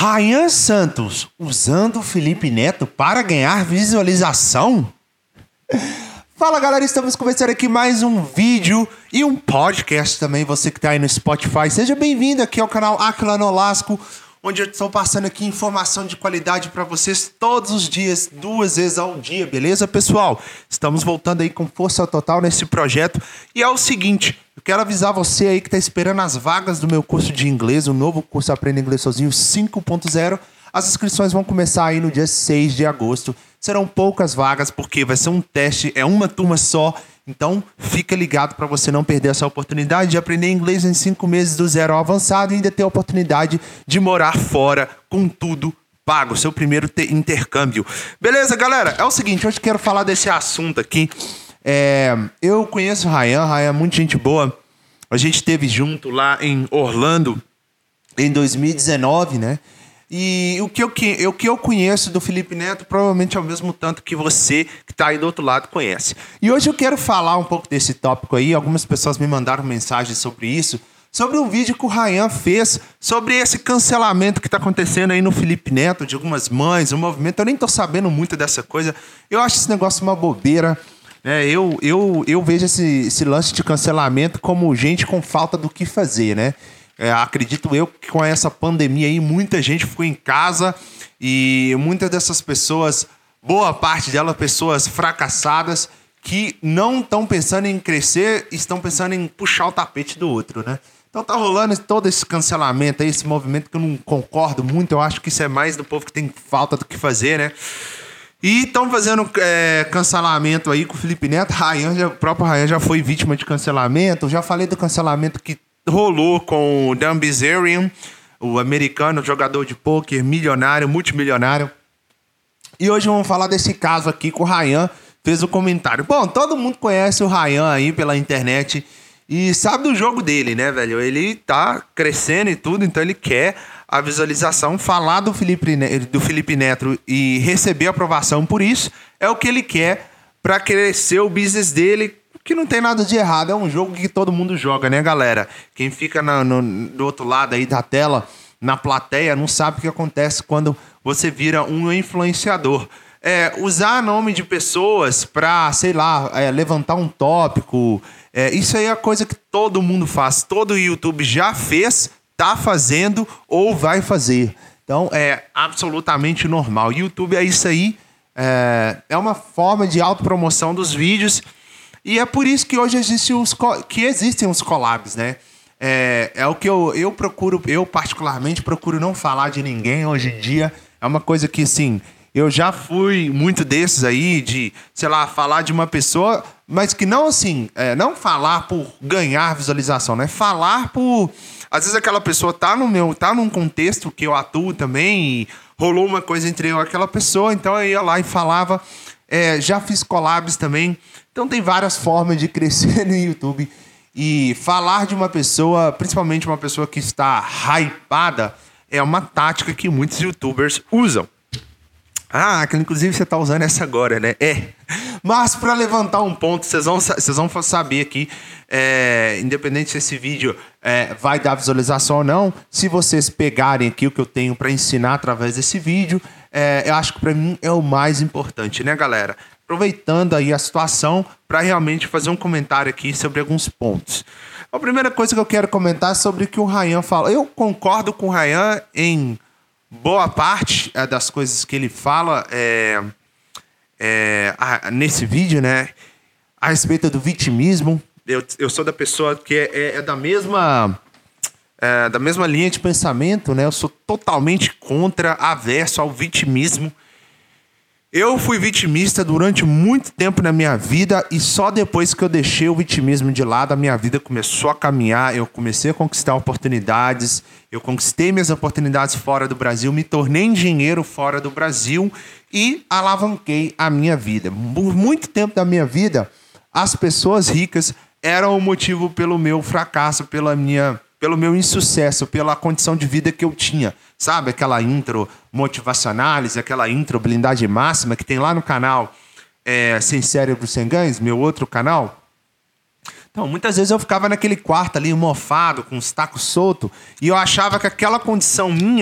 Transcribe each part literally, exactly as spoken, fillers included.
Ryan Santos usando o Felipe Neto para ganhar visualização? Fala galera, estamos começando aqui mais um vídeo e um podcast também, você que está aí no Spotify. Seja bem-vindo aqui ao canal Aquila Nolasco, onde eu estou passando aqui informação de qualidade para vocês todos os dias, duas vezes ao dia, beleza, pessoal? Estamos voltando aí com força total nesse projeto. E é o seguinte, eu quero avisar você aí que está esperando as vagas do meu curso de inglês, o novo curso Aprenda Inglês Sozinho cinco ponto zero. As inscrições vão começar aí no dia seis de agosto. Serão poucas vagas porque vai ser um teste, é uma turma só. Então, fica ligado para você não perder essa oportunidade de aprender inglês em cinco meses do zero ao avançado e ainda ter a oportunidade de morar fora com tudo pago, seu primeiro intercâmbio. Beleza, galera? É o seguinte, hoje eu quero falar desse assunto aqui. É, eu conheço o Ryan, Ryan é muito gente boa. A gente esteve junto lá em Orlando em dois mil e dezenove, né? E o que, eu, o que eu conheço do Felipe Neto provavelmente é o mesmo tanto que você que está aí do outro lado conhece. E hoje eu quero falar um pouco desse tópico aí. Algumas pessoas me mandaram mensagens sobre isso, sobre um vídeo que o Ryan fez, sobre esse cancelamento que está acontecendo aí no Felipe Neto, de algumas mães, o movimento. Eu nem estou sabendo muito dessa coisa. Eu acho esse negócio uma bobeira. É, eu, eu, eu vejo esse, esse lance de cancelamento como gente com falta do que fazer, né? É, acredito eu que com essa pandemia aí, muita gente ficou em casa e muitas dessas pessoas, boa parte delas, pessoas fracassadas que não estão pensando em crescer, estão pensando em puxar o tapete do outro, né? Então tá rolando todo esse cancelamento aí, esse movimento que eu não concordo muito, eu acho que isso é mais do povo que tem falta do que fazer, né? E estão fazendo é, cancelamento aí com o Felipe Neto. Ryan, já, o próprio Ryan já foi vítima de cancelamento. Já falei do cancelamento que rolou com o Dan Bilzerian, o americano, jogador de pôquer, milionário, multimilionário. E hoje vamos falar desse caso aqui que o Ryan fez o comentário. Bom, todo mundo conhece o Ryan aí pela internet e sabe do jogo dele, né, velho? Ele tá crescendo e tudo, então ele quer a visualização. Falar do Felipe, do Felipe Neto e receber aprovação por isso é o que ele quer para crescer o business dele, que não tem nada de errado. É um jogo que todo mundo joga, né, galera? Quem fica na, no, do outro lado aí da tela, na plateia, não sabe o que acontece quando você vira um influenciador. É, usar nome de pessoas para, sei lá, é, levantar um tópico, é, isso aí é a coisa que todo mundo faz. Todo YouTube já fez, tá fazendo ou vai fazer. Então, é absolutamente normal. YouTube é isso aí, é, é uma forma de autopromoção dos vídeos. E é por isso que hoje existe os, que existem os collabs, né? É, é o que eu, eu procuro, eu particularmente procuro não falar de ninguém hoje em dia. É uma coisa que, assim, eu já fui muito desses aí, de, sei lá, falar de uma pessoa, mas que não, assim, é, não falar por ganhar visualização, né? Falar por... Às vezes aquela pessoa tá no meu, tá num contexto que eu atuo também e rolou uma coisa entre eu e aquela pessoa, então eu ia lá e falava. É, já fiz collabs também. Então tem várias formas de crescer no YouTube. E falar de uma pessoa, principalmente uma pessoa que está hypada, é uma tática que muitos YouTubers usam. Ah, que inclusive você está usando essa agora, né? É. Mas para levantar um ponto, vocês vão, vocês vão saber aqui, é, independente se esse vídeo é, vai dar visualização ou não, se vocês pegarem aqui o que eu tenho para ensinar através desse vídeo, é, eu acho que para mim é o mais importante, né, galera? Aproveitando aí a situação para realmente fazer um comentário aqui sobre alguns pontos. A primeira coisa que eu quero comentar é sobre o que o Ryan fala. Eu concordo com o Ryan em boa parte é, das coisas que ele fala é, é, a, nesse vídeo, né? A respeito do vitimismo. Eu, eu sou da pessoa que é, é, é da mesma... É, da mesma linha de pensamento, né? Eu sou totalmente contra, averso ao vitimismo. Eu fui vitimista durante muito tempo na minha vida e só depois que eu deixei o vitimismo de lado, a minha vida começou a caminhar, eu comecei a conquistar oportunidades, eu conquistei minhas oportunidades fora do Brasil, me tornei engenheiro fora do Brasil e alavanquei a minha vida. Por muito tempo da minha vida, as pessoas ricas eram o motivo pelo meu fracasso, pela minha... pelo meu insucesso, pela condição de vida que eu tinha. Sabe aquela intro motivacionais, aquela intro blindagem máxima que tem lá no canal é, Sem Cérebro, Sem Ganhos, meu outro canal? Então, muitas vezes eu ficava naquele quarto ali, mofado, com os tacos soltos, e eu achava que aquela condição minha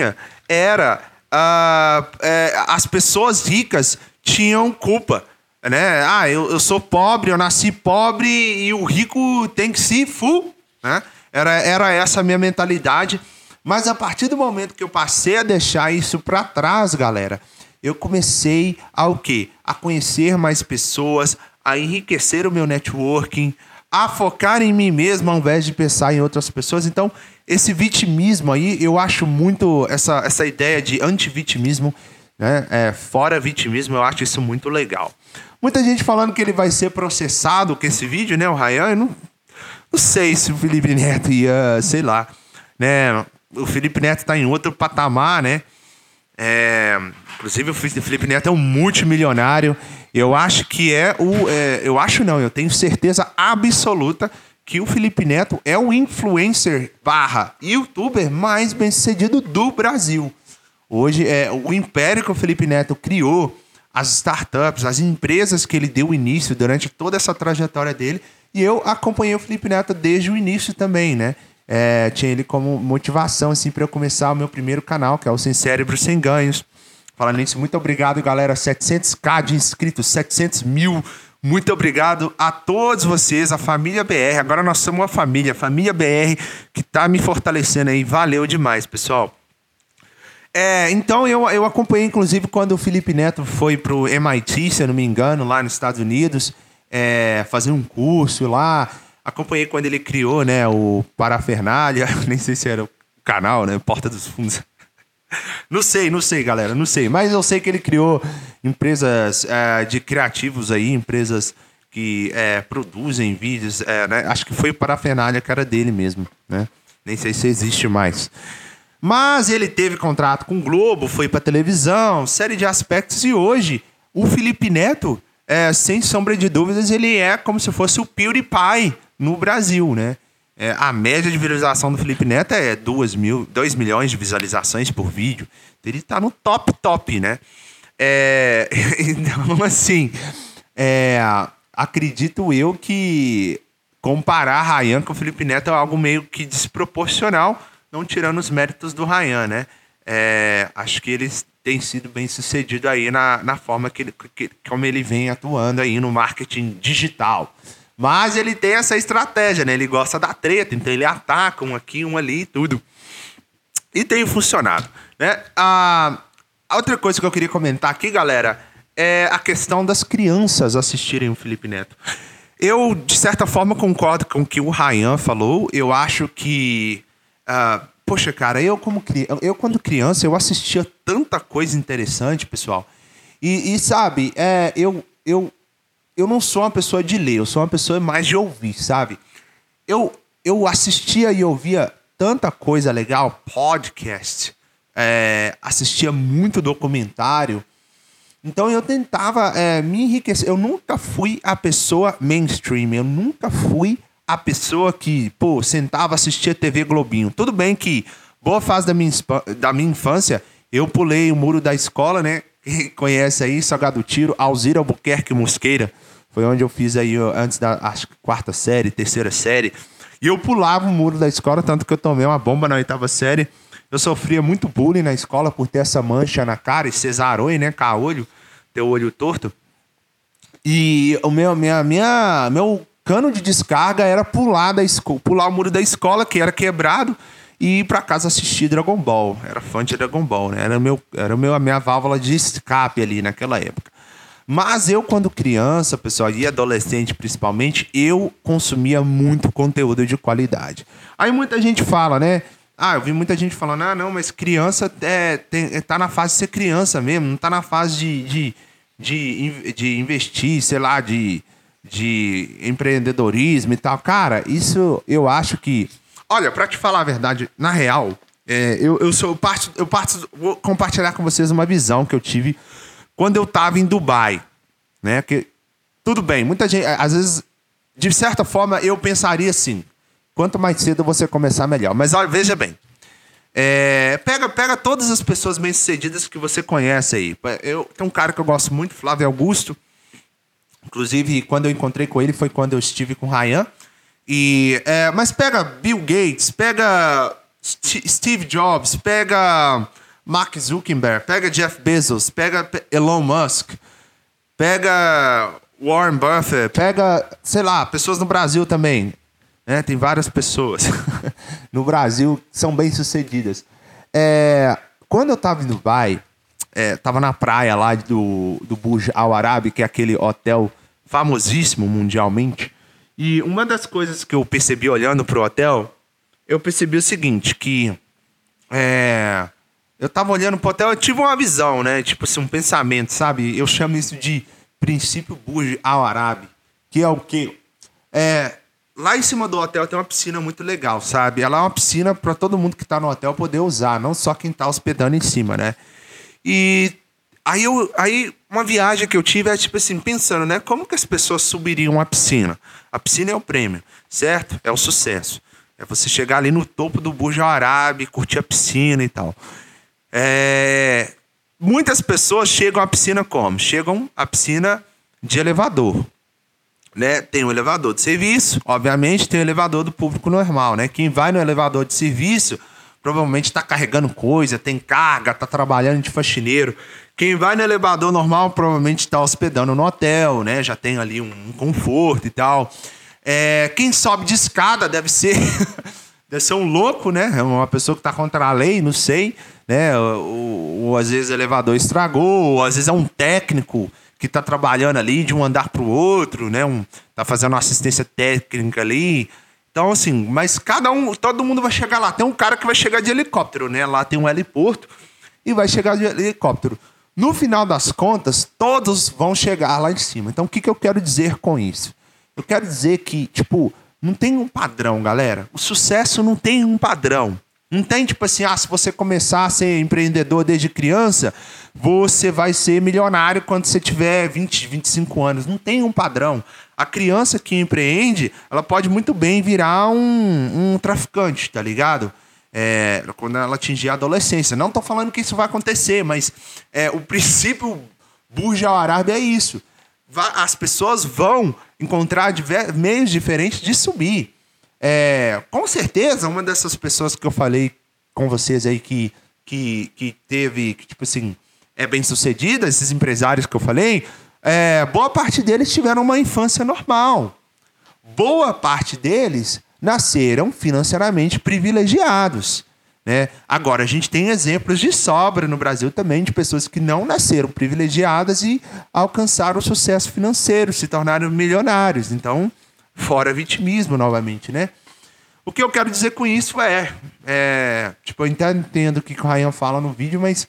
era uh, é, as pessoas ricas tinham culpa, né? Ah, eu, eu sou pobre, eu nasci pobre e o rico tem que se fu, né? Era, era essa a minha mentalidade. Mas a partir do momento que eu passei a deixar isso para trás, galera, eu comecei a o quê? A conhecer mais pessoas, a enriquecer o meu networking, a focar em mim mesmo ao invés de pensar em outras pessoas. Então, esse vitimismo aí, eu acho muito essa, essa ideia de antivitimismo, né? É, fora vitimismo, eu acho isso muito legal. Muita gente falando que ele vai ser processado com esse vídeo, né? O Ryan, eu não, não sei se o Felipe Neto ia, sei lá, né? O Felipe Neto tá em outro patamar, né? É, inclusive o Felipe Neto é um multimilionário. Eu acho que é o... É, eu acho não, eu tenho certeza absoluta que o Felipe Neto é o influencer barra youtuber mais bem sucedido do Brasil. Hoje, é, o império que o Felipe Neto criou, as startups, as empresas que ele deu início durante toda essa trajetória dele, e eu acompanhei o Felipe Neto desde o início também, né? É, tinha ele como motivação, assim, para eu começar o meu primeiro canal, que é o Sem Cérebro, Sem Ganhos. Falando nisso, muito obrigado, galera. setecentos mil de inscritos, setecentos mil. Muito obrigado a todos vocês, a família B R. Agora nós somos uma família, a família B R, que tá me fortalecendo aí. Valeu demais, pessoal. É, então eu, eu acompanhei, inclusive, quando o Felipe Neto foi pro M I T, se eu não me engano, lá nos Estados Unidos, é, fazer um curso lá. Acompanhei quando ele criou, né, o Parafernália, nem sei se era o canal, né, Porta dos Fundos. Não sei, não sei, galera, não sei. Mas eu sei que ele criou empresas é, de criativos aí, empresas que é, produzem vídeos, é, né? Acho que foi o Parafernália que era dele mesmo, né? Nem sei se existe mais. Mas ele teve contrato com o Globo, foi pra televisão, série de aspectos. E hoje, o Felipe Neto, é, sem sombra de dúvidas, ele é como se fosse o PewDiePie no Brasil, né? É, a média de visualização do Felipe Neto é dois milhões de visualizações por vídeo. Ele tá no top, top, né? É, então, assim, é, acredito eu que comparar Ryan com o Felipe Neto é algo meio que desproporcional, não tirando os méritos do Ryan, né? É, acho que ele tem sido bem sucedido aí na, na forma que ele, que, como ele vem atuando aí no marketing digital. Mas ele tem essa estratégia, né? Ele gosta da treta, então ele ataca um aqui, um ali e tudo. E tem funcionado, né? A outra coisa que eu queria comentar aqui, galera, é a questão das crianças assistirem o Felipe Neto. Eu, de certa forma, concordo com o que o Ryan falou. Eu acho que... Uh, poxa, cara, eu, como cri... eu quando criança, eu assistia tanta coisa interessante, pessoal. E, e sabe, é, eu... eu Eu não sou uma pessoa de ler, eu sou uma pessoa mais de ouvir, sabe? Eu, eu assistia e ouvia tanta coisa legal, podcast, é, assistia muito documentário. Então eu tentava é, me enriquecer. Eu nunca fui a pessoa mainstream, eu nunca fui a pessoa que, pô, sentava, assistia T V Globinho. Tudo bem que boa fase da minha, da minha infância, eu pulei o muro da escola, né? Quem conhece aí, Salgado Tiro, Alzira Albuquerque Mosqueira. Foi onde eu fiz aí antes da acho, quarta série, terceira série. E eu pulava o muro da escola, tanto que eu tomei uma bomba na oitava série. Eu sofria muito bullying na escola por ter essa mancha na cara e cesaroi, né? Caolho, ter o olho torto. E o meu, minha, minha, meu cano de descarga era pular, da esco- pular o muro da escola, que era quebrado, e ir pra casa assistir Dragon Ball. Era fã de Dragon Ball, né? Era, meu, era meu, a minha válvula de escape ali naquela época. Mas eu, quando criança, pessoal, e adolescente principalmente, eu consumia muito conteúdo de qualidade. Aí muita gente fala, né? Ah, eu vi muita gente falando, ah, não, mas criança é, tem, tá na fase de ser criança mesmo, não tá na fase de, de, de, de investir, sei lá, de, de empreendedorismo e tal. Cara, isso eu acho que... Olha, pra te falar a verdade, na real, é, eu, eu, sou, eu, parto, eu parto, vou compartilhar com vocês uma visão que eu tive quando eu estava em Dubai, né? Que, tudo bem, muita gente... Às vezes, de certa forma, eu pensaria assim, quanto mais cedo você começar, melhor. Mas olha, veja bem, é, pega, pega todas as pessoas bem-sucedidas que você conhece aí. Eu, tem um cara que eu gosto muito, Flávio Augusto. Inclusive, quando eu encontrei com ele, foi quando eu estive com o Ryan. E, é, mas pega Bill Gates, pega St- Steve Jobs, pega... Mark Zuckerberg, pega Jeff Bezos, pega Elon Musk, pega Warren Buffett, pega, sei lá, pessoas no Brasil também. Né? Tem várias pessoas no Brasil que são bem-sucedidas. É, quando eu tava em Dubai, é, tava na praia lá do, do Burj Al Arab, que é aquele hotel famosíssimo mundialmente. E uma das coisas que eu percebi olhando pro hotel, eu percebi o seguinte, que é, eu tava olhando pro hotel, eu tive uma visão, né? Tipo assim, um pensamento, sabe? Eu chamo isso de princípio Burj Al Arab, que é o quê? É, lá em cima do hotel tem uma piscina muito legal, sabe? Ela é uma piscina para todo mundo que tá no hotel poder usar, não só quem tá hospedando em cima, né? E aí, eu, aí uma viagem que eu tive é tipo assim, pensando, né? Como que as pessoas subiriam a piscina? A piscina é o prêmio, certo? É o sucesso. É você chegar ali no topo do Burj Al Arab, curtir a piscina e tal. É... Muitas pessoas chegam à piscina como? Chegam à piscina de elevador. Né? Tem um elevador de serviço, obviamente tem o elevador do público normal. Né? Quem vai no elevador de serviço provavelmente está carregando coisa, tem carga, está trabalhando de faxineiro. Quem vai no elevador normal provavelmente está hospedando no hotel, né? Já tem ali um, um conforto e tal. É, quem sobe de escada deve ser... deve ser um louco, né? É uma pessoa que está contra a lei, não sei. Né? Ou, ou às vezes o elevador estragou, ou às vezes é um técnico que está trabalhando ali de um andar para o outro, né? Um, tá fazendo uma assistência técnica ali. Então, assim, mas cada um, todo mundo vai chegar lá. Tem um cara que vai chegar de helicóptero, né? Lá tem um heliporto e vai chegar de helicóptero. No final das contas, todos vão chegar lá em cima. Então, o que, que eu quero dizer com isso? Eu quero dizer que, tipo, não tem um padrão, galera. O sucesso não tem um padrão. Não tem, tipo assim, ah, se você começar a ser empreendedor desde criança, você vai ser milionário quando você tiver vinte, vinte e cinco anos. Não tem um padrão. A criança que empreende, ela pode muito bem virar um, um traficante, tá ligado? É, quando ela atingir a adolescência. Não tô falando que isso vai acontecer, mas é, o princípio Burj Al Arab é isso. As pessoas vão encontrar diver- meios diferentes de subir. É, com certeza, uma dessas pessoas que eu falei com vocês aí que, que, que teve, que, tipo assim, é bem sucedida, esses empresários que eu falei, é, boa parte deles tiveram uma infância normal. Boa parte deles nasceram financeiramente privilegiados. Né? Agora, a gente tem exemplos de sobra no Brasil também de pessoas que não nasceram privilegiadas e alcançaram o sucesso financeiro, se tornaram milionários. Então, fora vitimismo, novamente, né? O que eu quero dizer com isso é... é tipo, eu entendo o que o Ryan fala no vídeo, mas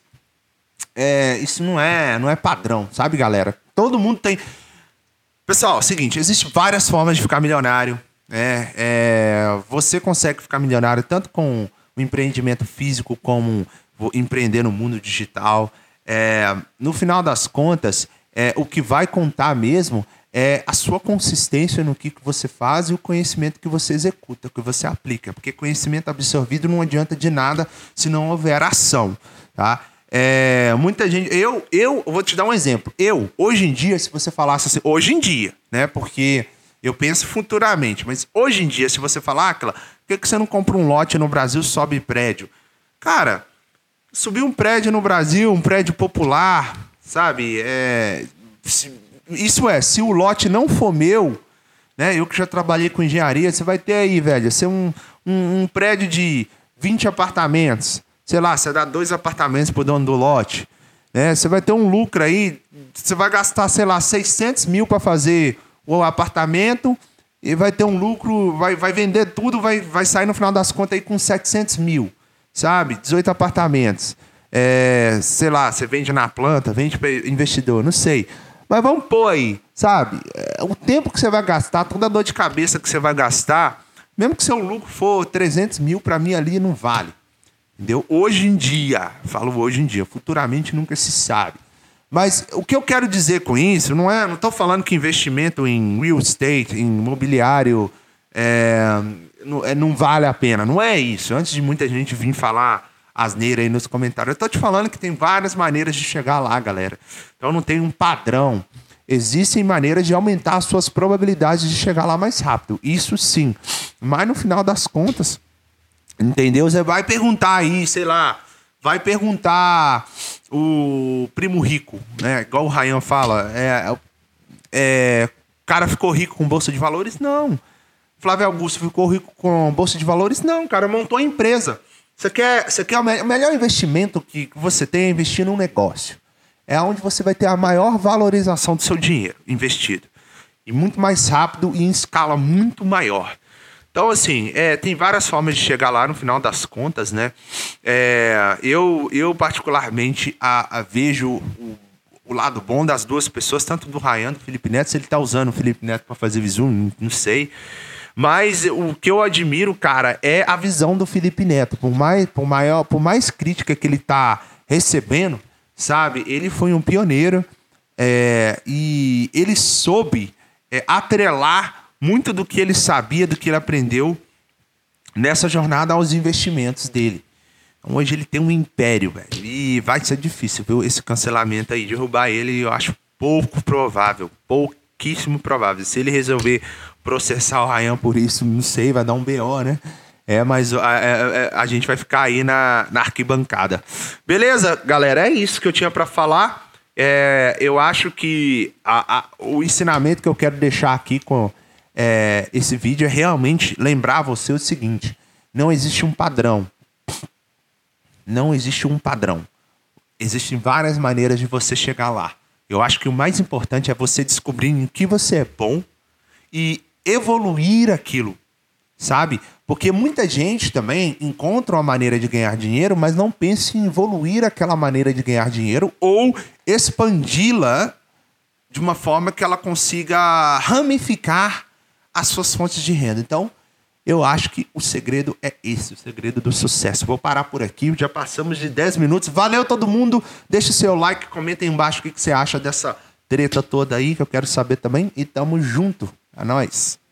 é, isso não é, não é padrão, sabe, galera? Todo mundo tem... Pessoal, é o seguinte, existem várias formas de ficar milionário. Né? É, você consegue ficar milionário tanto com o empreendimento físico como empreender no mundo digital. É, no final das contas, é, o que vai contar mesmo é a sua consistência no que você faz e o conhecimento que você executa, que você aplica. Porque conhecimento absorvido não adianta de nada se não houver ação. Tá? É, muita gente... Eu, eu vou te dar um exemplo. Eu, hoje em dia, se você falasse assim... Hoje em dia, né? Porque eu penso futuramente. Mas hoje em dia, se você falar, Aquila, por que, que você não compra um lote no Brasil, sobe prédio? Cara, subir um prédio no Brasil, um prédio popular, sabe? É... Se, Isso é, se o lote não for meu, né? Eu que já trabalhei com engenharia, você vai ter aí, velho, ser um, um, um prédio de vinte apartamentos. Sei lá, você dá dois apartamentos pro dono do lote. Né? Você vai ter um lucro aí, você vai gastar, sei lá, seiscentos mil para fazer o apartamento e vai ter um lucro, vai, vai vender tudo, vai, vai sair no final das contas aí com setecentos mil, sabe? dezoito apartamentos. É, sei lá, você vende na planta, vende para investidor, não sei. Mas vamos pôr aí, sabe? O tempo que você vai gastar, toda a dor de cabeça que você vai gastar, mesmo que seu lucro for trezentos mil, para mim ali não vale. Entendeu? Hoje em dia, falo hoje em dia, futuramente nunca se sabe. Mas o que eu quero dizer com isso, não é, não estou falando que investimento em real estate, em imobiliário, é, não, é, não vale a pena. Não é isso. Antes de muita gente vir falar asneira aí nos comentários, eu tô te falando que tem várias maneiras de chegar lá, galera. Então não tem um padrão. Existem maneiras de aumentar as suas probabilidades de chegar lá mais rápido. Isso sim. Mas no final das contas, entendeu? Você vai perguntar aí, sei lá, vai perguntar o primo rico, né? Igual o Ryan fala, é, é, o cara ficou rico com bolsa de valores? Não. Flávio Augusto ficou rico com bolsa de valores? Não, cara, montou a empresa. Você quer, você quer o melhor investimento que você tem é investir num negócio. É onde você vai ter a maior valorização do seu dinheiro investido. E muito mais rápido e em escala muito maior. Então, assim, é, tem várias formas de chegar lá no final das contas, né? É, eu, eu, particularmente, a, a vejo o, o lado bom das duas pessoas, tanto do Ryan, do Felipe Neto. Se ele tá usando o Felipe Neto para fazer visu, não, não sei. Mas o que eu admiro, cara, é a visão do Felipe Neto. Por mais, por maior, por mais crítica que ele tá recebendo, sabe? Ele foi um pioneiro é, e ele soube é, atrelar muito do que ele sabia, do que ele aprendeu nessa jornada aos investimentos dele. Então, hoje ele tem um império, velho. E vai ser difícil, viu? Esse cancelamento aí, derrubar ele, eu acho pouco provável. Pouquíssimo provável. Se ele resolver processar o Ryan por isso, não sei, vai dar um B O, né? É, mas a, a, a gente vai ficar aí na, na arquibancada. Beleza, galera? É isso que eu tinha pra falar. É, eu acho que a, a, o ensinamento que eu quero deixar aqui com é, esse vídeo é realmente lembrar você o seguinte: não existe um padrão. Não existe um padrão. Existem várias maneiras de você chegar lá. Eu acho que o mais importante é você descobrir em que você é bom e evoluir aquilo, sabe? Porque muita gente também encontra uma maneira de ganhar dinheiro, mas não pensa em evoluir aquela maneira de ganhar dinheiro ou expandi-la de uma forma que ela consiga ramificar as suas fontes de renda. Então, eu acho que o segredo é esse, o segredo do sucesso. Vou parar por aqui, já passamos de dez minutos. Valeu todo mundo, deixa o seu like, comenta aí embaixo o que você acha dessa treta toda aí, que eu quero saber também. E tamo junto, é nóis.